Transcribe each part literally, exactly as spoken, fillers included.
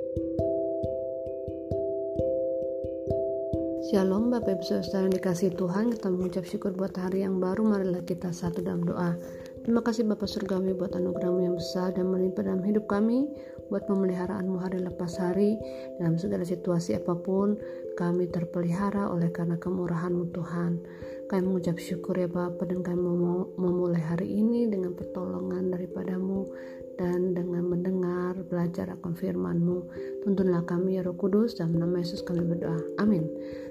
Shalom Bapak Ibu Saudara yang dikasihi Tuhan, kita mengucap syukur buat hari yang baru. Marilah kita satu dalam doa. Terima kasih Bapa Surgawi buat anugerah-Mu yang besar dan melimpah dalam hidup kami, buat pemeliharaanmu hari lepas hari. Dalam segala situasi apapun kami terpelihara oleh karena kemurahan-Mu Tuhan. Kami mengucap syukur ya Bapa, dan kami mau memulai hari ini dengan pertolongan daripada-Mu dan dengan mendengar, belajar akan firman-Mu. Tuntunlah kami ya Roh Kudus, dalam nama Yesus kami berdoa. Amin.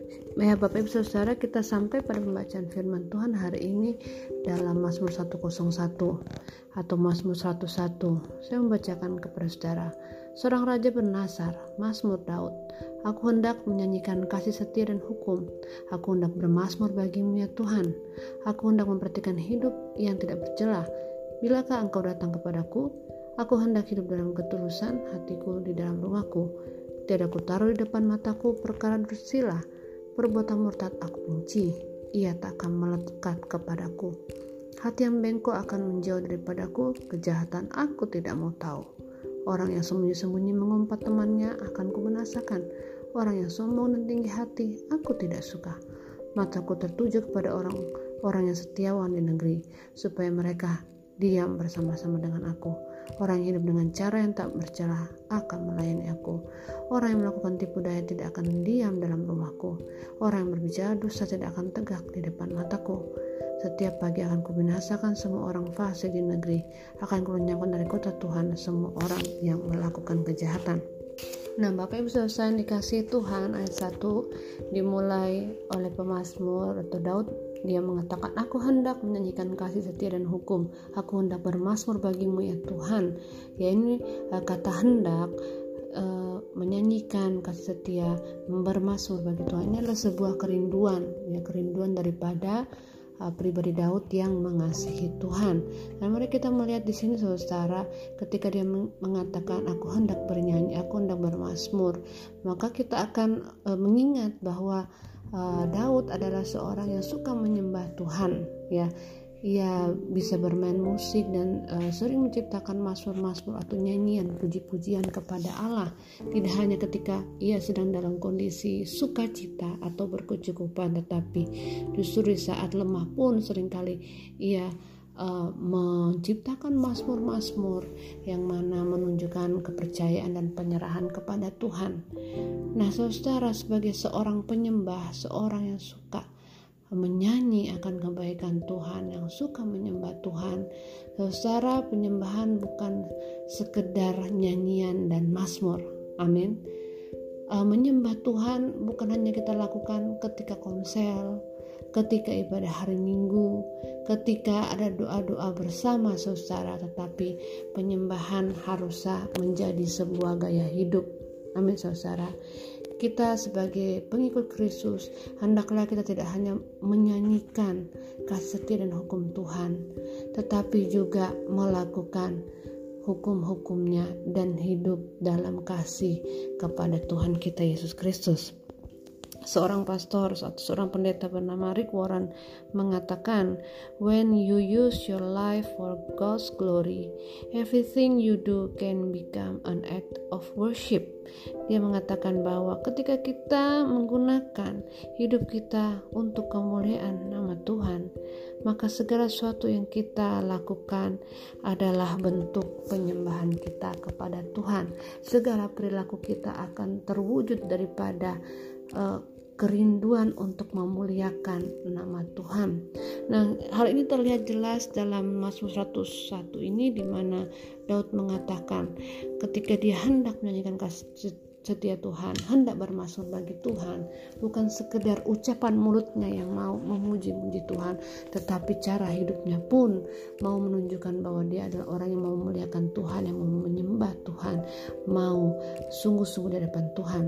Ya Bapak Ibu Saudara, kita sampai pada pembacaan firman Tuhan hari ini dalam Mazmur seratus satu atau Mazmur seratus satu. Saya membacakan kepada saudara. Seorang raja bernasar, Mazmur Daud. Aku hendak menyanyikan kasih setia dan hukum. Aku hendak bermazmur bagimu ya Tuhan. Aku hendak memperhatikan hidup yang tidak bercelah. Bilakah engkau datang kepadaku? Aku hendak hidup dalam ketulusan hatiku di dalam rumahku. Tiada ku taruh di depan mataku perkara dursila. Perbuatan murtad aku benci, ia tak akan melekat kepadaku. Hati yang bengkok akan menjauh daripadaku, kejahatan aku tidak mau tahu. Orang yang sembunyi-sembunyi mengumpat temannya akan kubinasakan. Orang yang sombong dan tinggi hati aku tidak suka. Mataku tertuju kepada orang-orang yang setiawan di negeri, supaya mereka diam bersama-sama dengan aku. Orang yang hidup dengan cara yang tak bercelah akan melayani aku. Orang yang melakukan tipu daya tidak akan diam dalam rumahku. Orang yang berbicara dusta tidak akan tegak di depan mataku. Setiap pagi akan kubinasakan semua orang fasik di negeri. Akan kulenyapkan dari kota Tuhan semua orang yang melakukan kejahatan. Nah Bapak Ibu Saudara yang dikasihi Tuhan, ayat satu dimulai oleh pemazmur atau Daud. Dia mengatakan, aku hendak menyanyikan kasih setia dan hukum. Aku hendak bermazmur bagimu ya Tuhan. Ya ini uh, kata hendak, uh, menyanyikan kasih setia, bermazmur bagi Tuhan. Ini adalah sebuah kerinduan, ya kerinduan daripada uh, pribadi Daud yang mengasihi Tuhan. Dan mari kita melihat di sini saudara, ketika dia mengatakan aku hendak bernyanyi, aku hendak bermazmur, maka kita akan uh, mengingat bahwa Uh, Daud adalah seorang yang suka menyembah Tuhan, ya. Ia bisa bermain musik dan uh, sering menciptakan mazmur-mazmur atau nyanyian puji-pujian kepada Allah. Tidak hanya ketika ia sedang dalam kondisi sukacita atau berkecukupan, tetapi justru di saat lemah pun seringkali ia Uh, menciptakan mazmur-mazmur yang mana menunjukkan kepercayaan dan penyerahan kepada Tuhan. Nah saudara, sebagai seorang penyembah, seorang yang suka menyanyi akan kebaikan Tuhan, yang suka menyembah Tuhan, saudara, penyembahan bukan sekedar nyanyian dan mazmur. Amin. Uh, menyembah Tuhan bukan hanya kita lakukan ketika konsel, ketika ibadah hari Minggu, ketika ada doa-doa bersama saudara, tetapi penyembahan haruslah menjadi sebuah gaya hidup. Amin saudara. Kita sebagai pengikut Kristus, hendaklah kita tidak hanya menyanyikan kasih setia dan hukum Tuhan, tetapi juga melakukan hukum-hukumnya dan hidup dalam kasih kepada Tuhan kita Yesus Kristus. Seorang pastor atau seorang pendeta bernama Rick Warren mengatakan, when you use your life for God's glory, everything you do can become an act of worship. Dia mengatakan bahwa ketika kita menggunakan hidup kita untuk kemuliaan nama Tuhan, maka segala sesuatu yang kita lakukan adalah bentuk penyembahan kita kepada Tuhan. Segala perilaku kita akan terwujud daripada uh, kerinduan untuk memuliakan nama Tuhan. Nah, hal ini terlihat jelas dalam Mazmur seratus satu ini, di mana Daud mengatakan ketika dia hendak menyanyikan kasih setia Tuhan, hendak bermazmur bagi Tuhan, bukan sekedar ucapan mulutnya yang mau memuji-muji Tuhan, tetapi cara hidupnya pun mau menunjukkan bahwa dia adalah orang yang mau memuliakan Tuhan, yang mau menyembah Tuhan, mau sungguh-sungguh di hadapan Tuhan.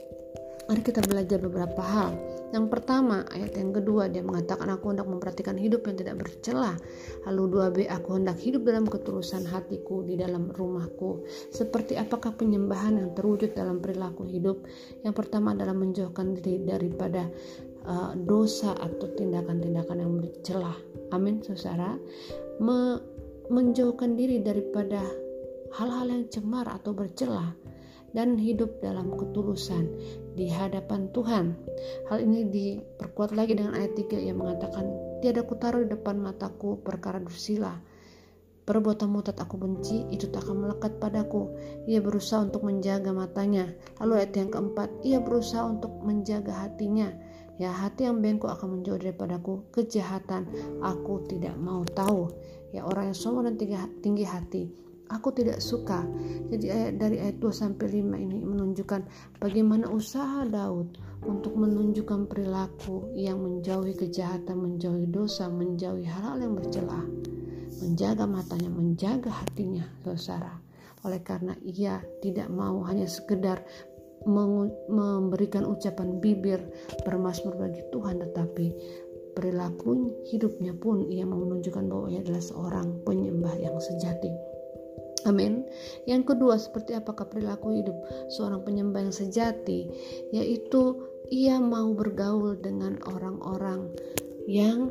Mari kita belajar beberapa hal. Yang pertama, ayat yang kedua, dia mengatakan aku hendak memperhatikan hidup yang tidak bercelah. Lalu dua B, aku hendak hidup dalam ketulusan hatiku di dalam rumahku. Seperti apakah penyembahan yang terwujud dalam perilaku hidup? Yang pertama adalah menjauhkan diri daripada uh, dosa atau tindakan-tindakan yang bercelah. Amin, saudara. Me- menjauhkan diri daripada hal-hal yang cemar atau bercelah. dan hidup dalam ketulusan di hadapan Tuhan. Hal ini diperkuat lagi dengan ayat tiga yang mengatakan, tiada kutaruh di depan mataku perkara dursila, perbuatanmu tak aku benci, itu tak akan melekat padaku. Ia berusaha untuk menjaga matanya. Lalu ayat yang keempat, ia berusaha untuk menjaga hatinya. Ya, hati yang bengkok akan menjauh daripadaku, kejahatan aku tidak mau tahu. Ya, orang yang sombong dan tinggi hati aku tidak suka. Jadi ayat, dari ayat dua sampai lima ini menunjukkan bagaimana usaha Daud untuk menunjukkan perilaku yang menjauhi kejahatan, menjauhi dosa, menjauhi hal-hal yang bercelah, menjaga matanya, menjaga hatinya, saudara. Oleh karena ia tidak mau hanya sekedar memberikan ucapan bibir bermazmur bagi Tuhan, tetapi perilaku hidupnya pun ia mau menunjukkan bahwa ia adalah seorang penyembah yang sejati. Amin. Yang kedua, seperti apakah perilaku hidup seorang penyembah yang sejati? Yaitu ia mau bergaul dengan orang-orang yang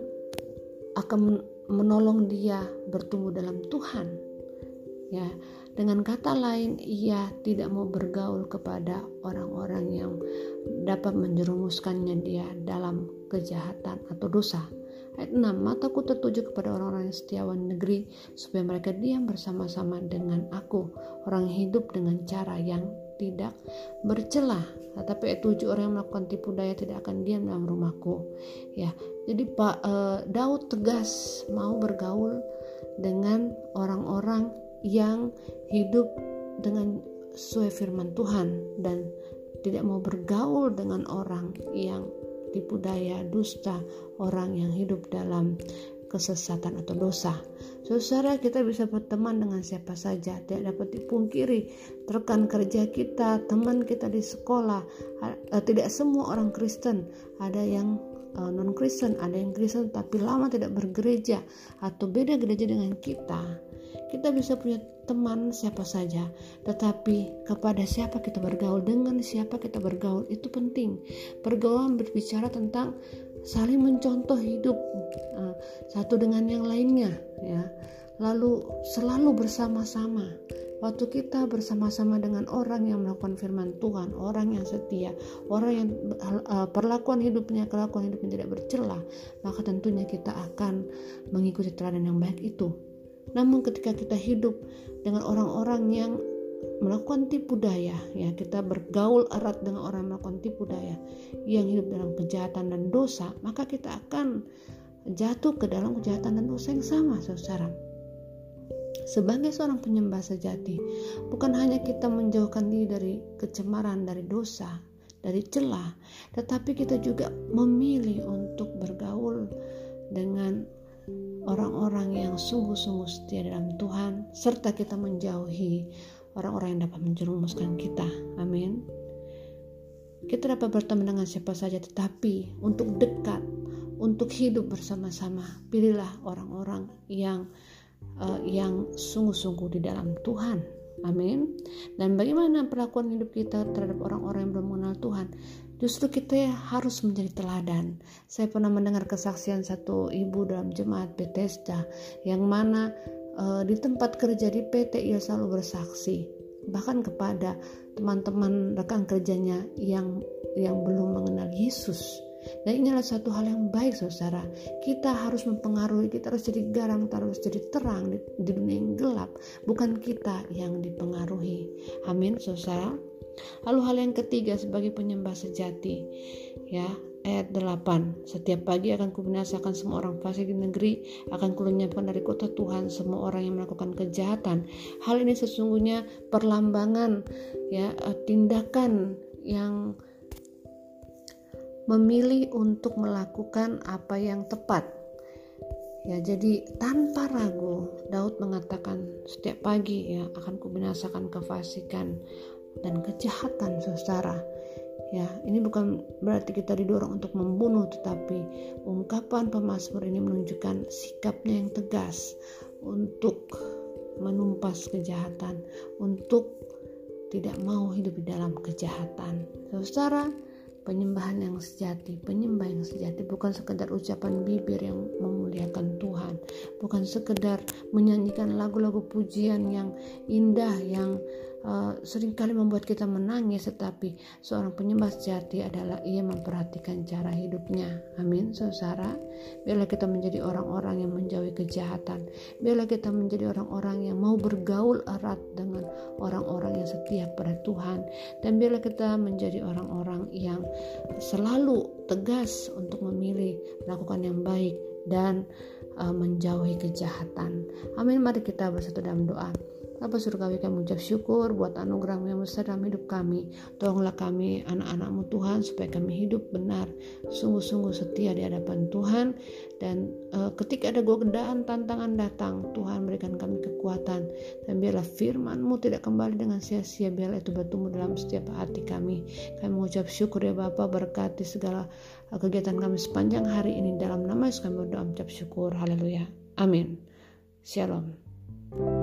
akan menolong dia bertumbuh dalam Tuhan. Ya, dengan kata lain, ia tidak mau bergaul kepada orang-orang yang dapat menjerumuskannya dia dalam kejahatan atau dosa. Ayat enam, mataku tertuju kepada orang-orang yang setiawan negeri, supaya mereka diam bersama-sama dengan aku, orang hidup dengan cara yang tidak bercelah. Tetapi ayat tujuh, orang yang melakukan tipu daya tidak akan diam dalam rumahku. Ya, jadi Pak eh, Daud tegas mau bergaul dengan orang-orang yang hidup dengan sesuai firman Tuhan dan tidak mau bergaul dengan orang yang tipu daya, dusta, orang yang hidup dalam kesesatan atau dosa. Saudara, kita bisa berteman dengan siapa saja, tidak dapat dipungkiri rekan kerja kita, teman kita di sekolah, tidak semua orang Kristen, ada yang non Kristen, ada yang Kristen tapi lama tidak bergereja atau beda gereja dengan kita. Kita bisa punya teman siapa saja, tetapi kepada siapa kita bergaul, dengan siapa kita bergaul itu penting. Pergaulan berbicara tentang saling mencontoh hidup uh, satu dengan yang lainnya, ya. Lalu selalu bersama-sama. Waktu kita bersama-sama dengan orang yang melakukan firman Tuhan, orang yang setia, orang yang uh, perlakuan hidupnya, kelakuan hidupnya tidak bercelah, maka tentunya kita akan mengikuti teladan yang baik itu. Namun ketika kita hidup dengan orang-orang yang melakukan tipu daya, ya, kita bergaul erat dengan orang yang melakukan tipu daya, yang hidup dalam kejahatan dan dosa, maka kita akan jatuh ke dalam kejahatan dan dosa yang sama, saudara. Sebagai seorang penyembah sejati, bukan hanya kita menjauhkan diri dari kecemaran, dari dosa, dari celah, tetapi kita juga memilih untuk bergaul dengan orang-orang yang sungguh-sungguh setia dalam Tuhan, serta kita menjauhi orang-orang yang dapat menjerumuskan kita. Amin. Kita dapat berteman dengan siapa saja, tetapi untuk dekat, untuk hidup bersama-sama, pilihlah orang-orang yang uh, yang sungguh-sungguh di dalam Tuhan. Amin. Dan bagaimana perlakuan hidup kita terhadap orang-orang yang belum mengenal Tuhan? Justru kita harus menjadi teladan. Saya pernah mendengar kesaksian satu ibu dalam jemaat Bethesda yang mana e, di tempat kerja di P T ia selalu bersaksi, bahkan kepada teman-teman rekan kerjanya yang yang belum mengenal Yesus. Dan ini adalah satu hal yang baik, saudara. Kita harus mempengaruhi, kita harus jadi garam, kita harus jadi terang di, di dunia yang gelap, bukan kita yang dipengaruhi. Amin, saudara. Lalu hal yang ketiga sebagai penyembah sejati, ya, ayat delapan, setiap pagi akan kubinasakan semua orang fasik di negeri, akan kulenyapkan dari kota Tuhan semua orang yang melakukan kejahatan. Hal ini sesungguhnya perlambangan, ya, tindakan yang memilih untuk melakukan apa yang tepat. Ya, jadi tanpa ragu Daud mengatakan setiap pagi, ya, akan kubinasakan kefasikan dan kejahatan, saudara. Ya, ini bukan berarti kita didorong untuk membunuh, tetapi ungkapan pemazmur ini menunjukkan sikapnya yang tegas untuk menumpas kejahatan, untuk tidak mau hidup di dalam kejahatan. Saudara, penyembahan yang sejati, penyembah yang sejati bukan sekedar ucapan bibir yang memuliakan Tuhan, bukan sekedar menyanyikan lagu-lagu pujian yang indah, yang uh, seringkali membuat kita menangis, tetapi seorang penyembah sejati adalah ia memperhatikan cara hidupnya. Amin, saudara. Biarlah kita menjadi orang-orang yang menjauhi kejahatan. Biarlah kita menjadi orang-orang yang mau bergaul erat dengan orang-orang yang setia pada Tuhan. Dan biarlah kita menjadi orang-orang yang selalu tegas untuk memilih melakukan yang baik dan uh, menjauhi kejahatan. Amin. Mari kita bersatu dalam doa. Bapa surgawi, kami mengucap syukur buat anugerah-Mu yang besar dalam hidup kami. Tolonglah kami anak-anak-Mu Tuhan, supaya kami hidup benar, sungguh-sungguh setia di hadapan Tuhan. Dan uh, ketika ada godaan, tantangan datang, Tuhan berikan kami kekuatan. Dan biarlah firman-Mu tidak kembali dengan sia-sia, biarlah itu bertumbuh dalam setiap hati kami. Kami mengucap syukur ya Bapa, berkati segala uh, kegiatan kami sepanjang hari ini. Dalam nama Yesus kami berdoa mengucap syukur. Haleluya. Amin. Shalom.